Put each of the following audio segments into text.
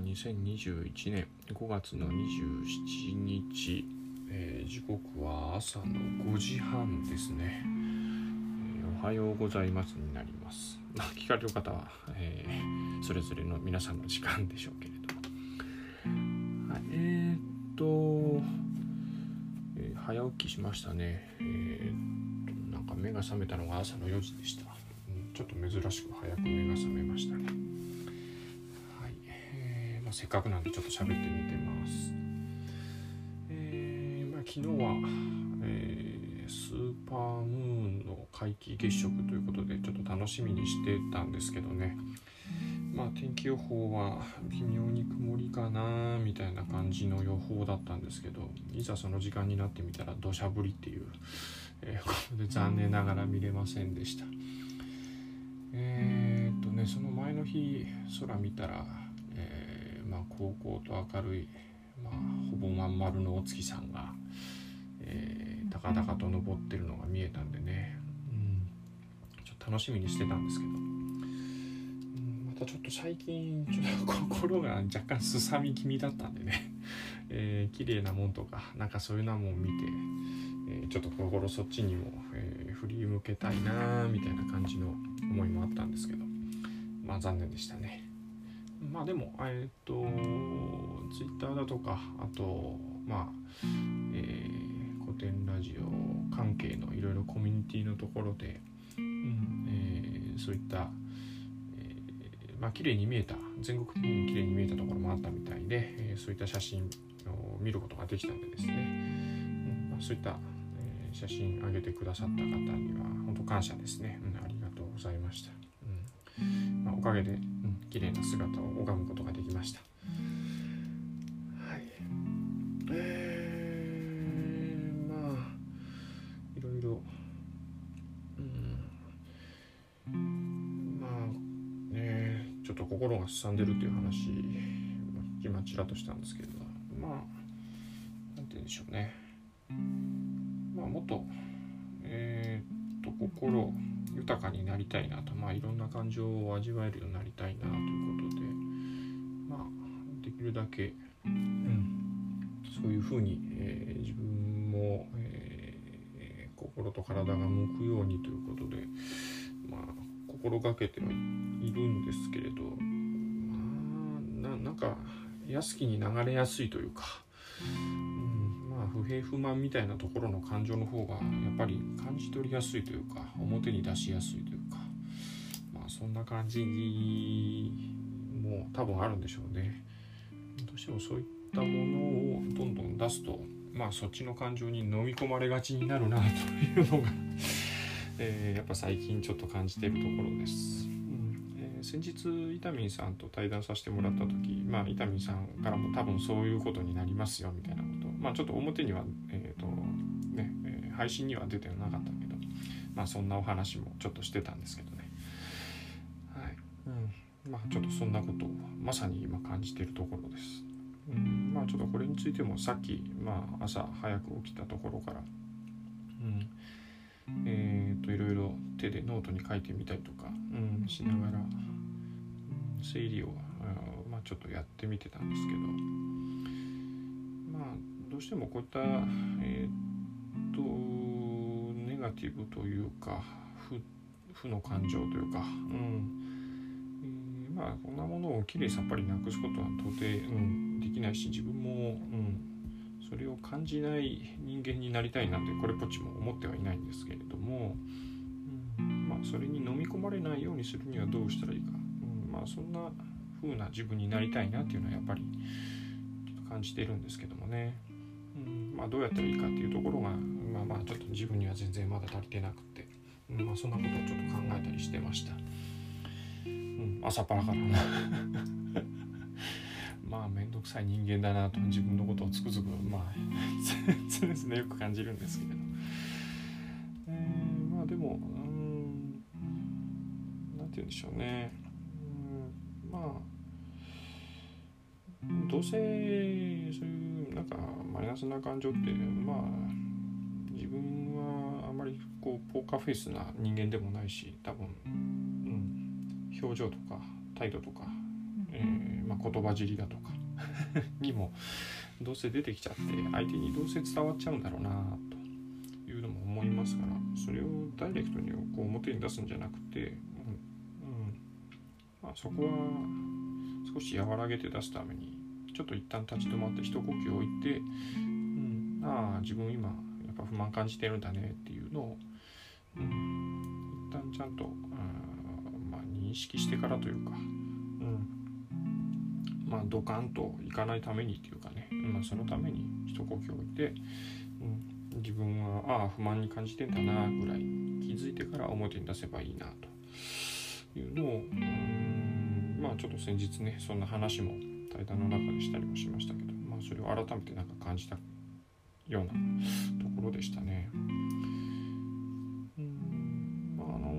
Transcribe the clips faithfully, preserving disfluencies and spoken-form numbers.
にせんにじゅういちねんごがつのにじゅうしちにち、えー、時刻は朝のごじはんですね、えー、おはようございますになります。聞かれる方は、えー、それぞれの皆さんの時間でしょうけれども、はい、えー、っと、えー、早起きしましたね。えー、っとなんか目が覚めたのが朝のよじでした。ちょっと珍しく早く目が覚めましたね。はい、えーまあ、せっかくなんでちょっと喋ってみてます。えーまあ、昨日は、えー、スーパームーンの皆既月食ということでちょっと楽しみにしてたんですけどね。まあ天気予報は微妙に曇りかなみたいな感じの予報だったんですけど、いざその時間になってみたら土砂降りっていう、えー、ここで残念ながら見れませんでした。えーっとね、その前の日空見たら、えー、まあこうこうと明るい、まあ、ほぼまん丸のお月さんが、えー、高々と昇ってるのが見えたんでね、うん、ちょっと楽しみにしてたんですけど、うん、またちょっと最近ちょっと心が若干すさみ気味だったんでね、えー、綺麗なもんとかなんかそういうなもん見て、えー、ちょっと心そっちにも、えー、振り向けたいなみたいな感じの思いもあったんですけど、まあ残念でしたね。まあでもえっとツイッターだとか、あとまあ、えー、古典ラジオ関係のいろいろコミュニティのところで、うんえー、そういった、えー、まあ綺麗に見えた全国的に綺麗に見えたところもあったみたいで、えー、そういった写真を見ることができたんでですね、うんまあ、そういった、えー、写真上げてくださった方には本当感謝ですね、うん、ありがとうございました。うんまあ、おかげで、うん、綺麗な姿を拝むことができました。はい。えー、まあいろいろ、うん、まあねちょっと心がすさんでるという話、今ちらっとしたんですけど、まあなんて言うんでしょうね。まあもっとえー、っと心豊かになりたいなと、まあいろんな感情を味わえるようになりたいなということで、まあできるだけ、うん、そういうふうに、えー、自分も、えー、心と体が向くようにということで、まあ心がけてはいるんですけれど、まあ な, なんか安きに流れやすいというか、不平不満みたいなところの感情の方がやっぱり感じ取りやすいというか、表に出しやすいというか、まあそんな感じも多分あるんでしょうね。どうしてもそういったものをどんどん出すと、まあそっちの感情に飲み込まれがちになるなというのが、えー、やっぱ最近ちょっと感じているところです。先日伊丹さんと対談させてもらった時、まあ、伊丹さんからも多分そういうことになりますよみたいなこと、まあ、ちょっと表には、えーとねえー、配信には出てなかったけど、まあ、そんなお話もちょっとしてたんですけどね、はいうんまあ、ちょっとそんなことをまさに今感じているところです。うんまあ、ちょっとこれについてもさっき、まあ、朝早く起きたところから、うんえー、といろいろ手でノートに書いてみたりとか、うん、しながら整理を、まあ、ちょっとやってみてたんですけど、まあどうしてもこういった、えー、とネガティブというか負、負の感情というか、うんえー、まあこんなものをきれいさっぱりなくすことは到底、うん、できないし、自分も、うん、それを感じない人間になりたいなんてこれっぽっちも思ってはいないんですけれども、うん、まあそれに飲み込まれないようにするにはどうしたらいいか、まあそんな風な自分になりたいなっていうのはやっぱりちょっと感じているんですけどもね、うんまあ、どうやったらいいかっていうところがまあまあちょっと自分には全然まだ足りてなくて、うんまあ、そんなことをちょっと考えたりしてました、うん、朝っぱらからなまあめんどくさい人間だなと自分のことをつくづくまあ常々よく感じるんですけれど、えー、まあでもうんなんて言うんでしょうね、まあどうせそういうなんかマイナスな感情ってまあ自分はあまりこうポーカーフェイスな人間でもないし、多分、うん、表情とか態度とかえーまあ、言葉尻だとかにもどうせ出てきちゃって相手にどうせ伝わっちゃうんだろうなというのも思いますから、それをダイレクトにこう表に出すんじゃなくて、うんうんまあ、そこは少し和らげて出すためにちょっと一旦立ち止まって一呼吸置いて、うん、ああ自分今やっぱ不満感じてるんだねっていうのを、うん、一旦ちゃんと、まあ、認識してからというか、うんまあ、ドカンといかないためにっていうかね、まあ、そのために一呼吸置いて、うん、自分はああ不満に感じてんだなぐらい気づいてから表に出せばいいなというのを、うんまあちょっと先日ねそんな話も対談の中でしたりもしましたけど、まあ、それを改めてなんか感じたようなところでしたね。うんまああの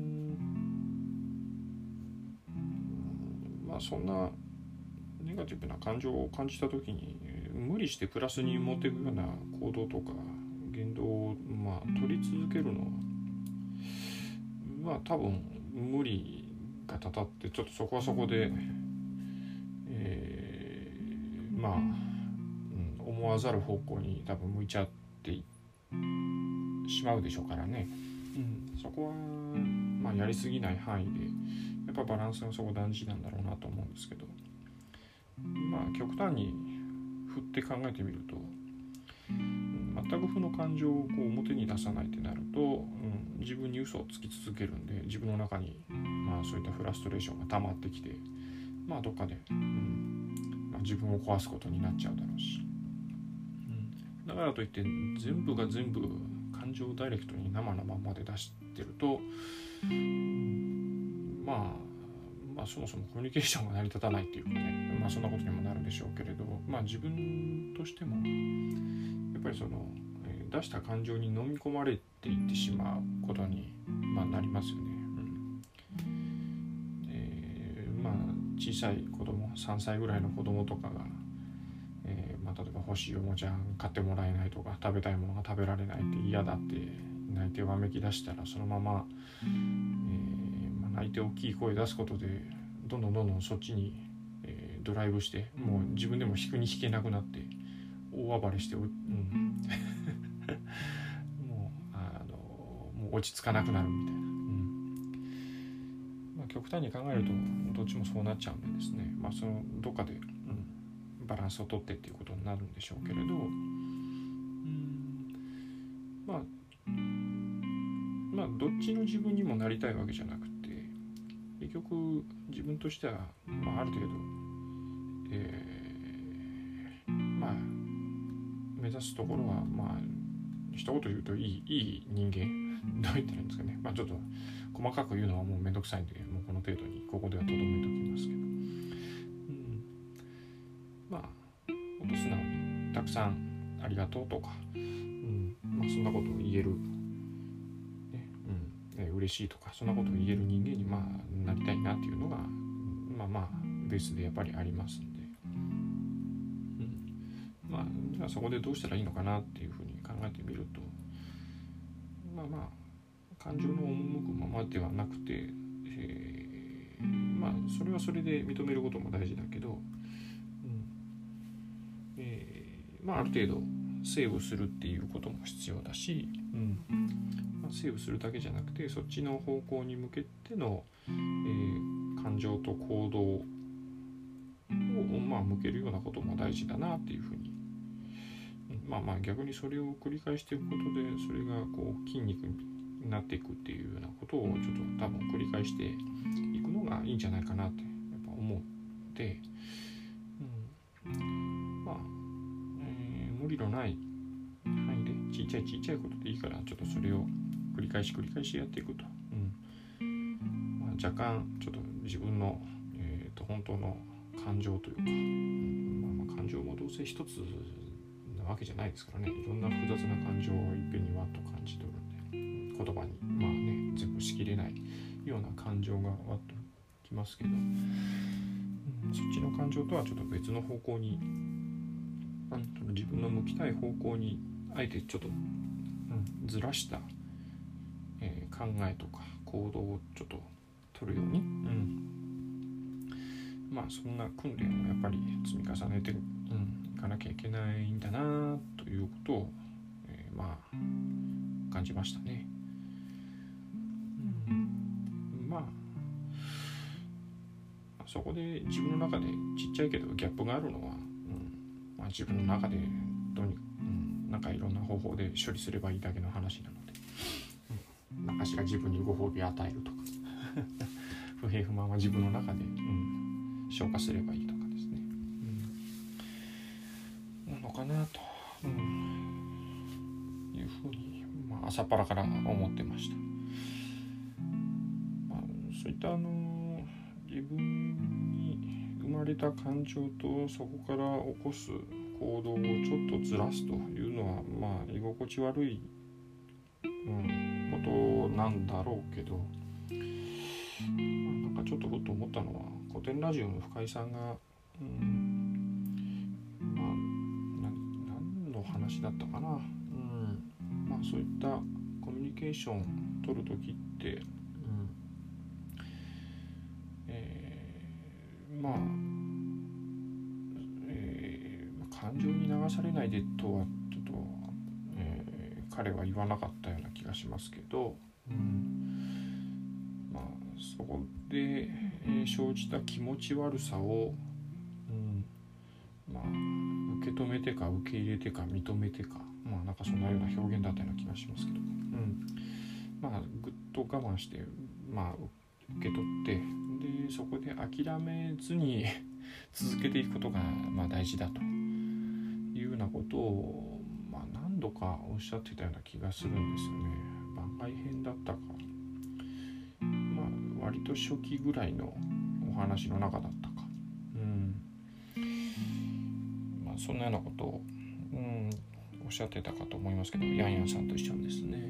まあそんなネガティブな感情を感じた時に無理してプラスに持っていくような行動とか言動を、まあ、取り続けるのはまあ多分無理がたたってちょっとそこはそこで、えー、まあ、うん、思わざる方向に多分向いちゃってしまうでしょうからね、うん、そこは、まあ、やりすぎない範囲でやっぱバランスがそこ大事なんだろうなと思うんですけど、まあ極端に振って考えてみると、全く負の感情をこう表に出さないってなると、うん、自分に嘘をつき続けるんで自分の中に、まあ、そういったフラストレーションが溜まってきて、まあどっかで、うんまあ、自分を壊すことになっちゃうだろうし、うん、だからといって全部が全部感情をダイレクトに生のままで出してると、うん、まあまあそもそもコミュニケーションが成り立たないっていうかね、まあそんなことにもなるでしょうけれど、まあ自分としてもやっぱりその、えー、出した感情に飲み込まれていってしまうことに、まあ、なりますよね、うんえー、まあ小さい子供さんさいぐらいの子供とかが、えーまあ、例えば欲しいおもちゃ買ってもらえないとか食べたいものが食べられないって嫌だって泣いてわめき出したらそのまま、えーまあ、泣いて大きい声出すことでどんどんどんどんそっちに、えー、ドライブしてもう自分でも引くに引けなくなって大暴れして、うん、もうあのもう落ち着かなくなるみたいな、うんまあ、極端に考えるとどっちもそうなっちゃうんでですね、まあ、そのどっかで、うん、バランスをとってっていうことになるんでしょうけれど、うん、まあまあどっちの自分にもなりたいわけじゃなくて結局自分としては、まあ、ある程度、えー、まあ目指すところはまあ一言言うといい、いい人間どう言ったらいいんですかね、まあちょっと細かく言うのはもうめんどくさいんでもうこの程度にここではとどめておきますけど、うん、まあほんと素直にたくさんありがとうとか、うんまあ、そんなことを言える、ねうんね、嬉しいとかそんなことを言える人間にまあなりたいなっていうのがまあまあベースでやっぱりありますんで、まあ、じゃあそこでどうしたらいいのかなっていうふうに考えてみるとまあまあ感情の赴くままではなくて、えー、まあそれはそれで認めることも大事だけど、うんえー、まあある程度セーブするっていうことも必要だし、うんまあ、セーブするだけじゃなくてそっちの方向に向けての、えー、感情と行動を、まあ、向けるようなことも大事だなっていうふうにまあまあ逆にそれを繰り返していくことでそれがこう筋肉になっていくっていうようなことをちょっと多分繰り返していくのがいいんじゃないかなってやっぱ思って、うん、まあ、えー、無理のない範囲でちっちゃいちっちゃいことでいいからちょっとそれを繰り返し繰り返しやっていくと、うんまあ、若干ちょっと自分の、えー、と本当の感情というか、うんまあ、まあ感情もどうせ一つわけじゃないですからね、いろんな複雑な感情をいっぺんにわっと感じ取るんで言葉にまあね全部しきれないような感情がわっときますけど、うん、そっちの感情とはちょっと別の方向に自分の向きたい方向にあえてちょっと、うん、ずらした、えー、考えとか行動をちょっと取るように、うんまあそんな訓練をやっぱり積み重ねて、うん、いかなきゃいけないんだなということを、えー、まあ感じましたね。うん、まあそこで自分の中でちっちゃいけどギャップがあるのは、うんまあ、自分の中でどうに、うん、なんかいろんな方法で処理すればいいだけの話なので、うん、何かしら自分にご褒美を与えるとか不平不満は自分の中で、うん、消化すればいいとかですね、うん、なのかなと、うん、いうふうに、まあ、朝っぱらから思ってました。まあ、そういったあの自分に生まれた感情とそこから起こす行動をちょっとずらすというのはまあ居心地悪い、うん、ことなんだろうけど、まあ、なんかちょっとふと思ったのは古典ラジオの深井さんが、うん、まあ何の話だったかな、うんまあ、そういったコミュニケーションを取るときってまあ、えー、感情に流されないでとはちょっと、えー、彼は言わなかったような気がしますけど、うんまあ、そこで、えー、生じた気持ち悪さを、うんまあ、受け止めてか受け入れてか認めてか、まあ、なんかそんなような表現だったような気がしますけど、うんまあ、ぐっと我慢して、まあ、受け取ってでそこで諦めずに続けていくことがまあ大事だというようなことを、まあ、何度かおっしゃってたような気がするんですよね。番外編だったか、まあ、割と初期ぐらいのお話の中だったか、うんまあ、そんなようなことを、うん、おっしゃってたかと思いますけど、ヤンヤンさんと一緒にですね、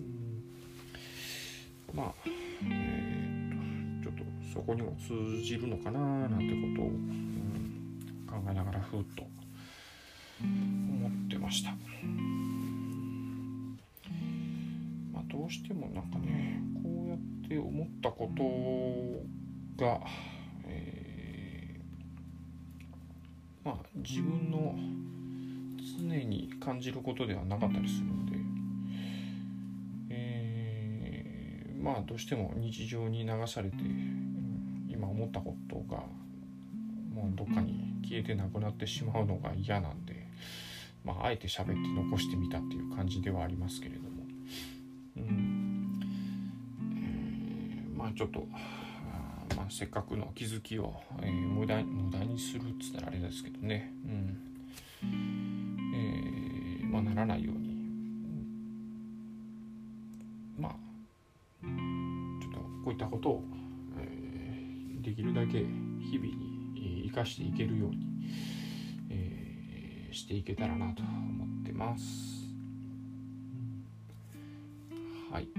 うん、まあ、えーそこにも通じるのかななんてことを、うん、考えながらふっと思ってました。まあ、どうしてもなんかねこうやって思ったことが、えー、まあ自分の常に感じることではなかったりするので、えー、まあどうしても日常に流されて今思ったことがもうどっかに消えてなくなってしまうのが嫌なんで、まあ、あえて喋って残してみたっていう感じではありますけれども、うんえー、まあちょっと、まあ、せっかくの気づきを、えー、無駄、無駄にするっつったらあれですけどね、うんえーまあ、ならないように、まあちょっとこういったことをできるだけ日々に生かしていけるように、えー、していけたらなと思ってます。はい、え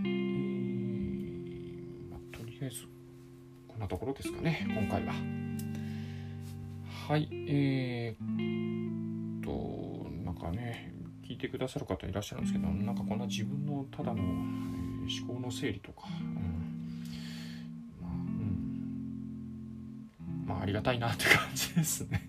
ーまあ、とりあえずこんなところですかね今回は。はいえー、っとなんかね聞いてくださる方いらっしゃるんですけど、なんかこんな自分のただの、えー、思考の整理とか、うんまあ、ありがたいなって感じですね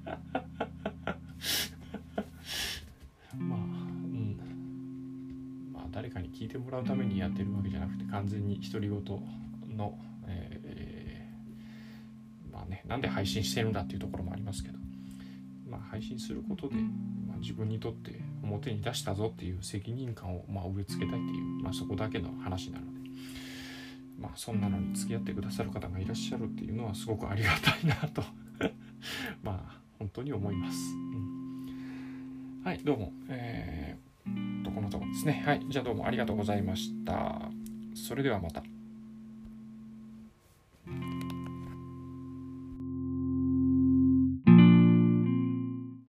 まあうんまあ誰かに聞いてもらうためにやってるわけじゃなくて完全に独り言の、えー、まあねなんで配信してるんだっていうところもありますけど、まあ配信することで、まあ、自分にとって表に出したぞっていう責任感をまあ植え付けたいっていう、まあ、そこだけの話なので、まあそんなのに付き合ってくださる方がいらっしゃるっていうのはすごくありがたいなとまあ本当に思います、うん、はいどうもえー、とこのところですね。はいじゃあどうもありがとうございました。それではまた。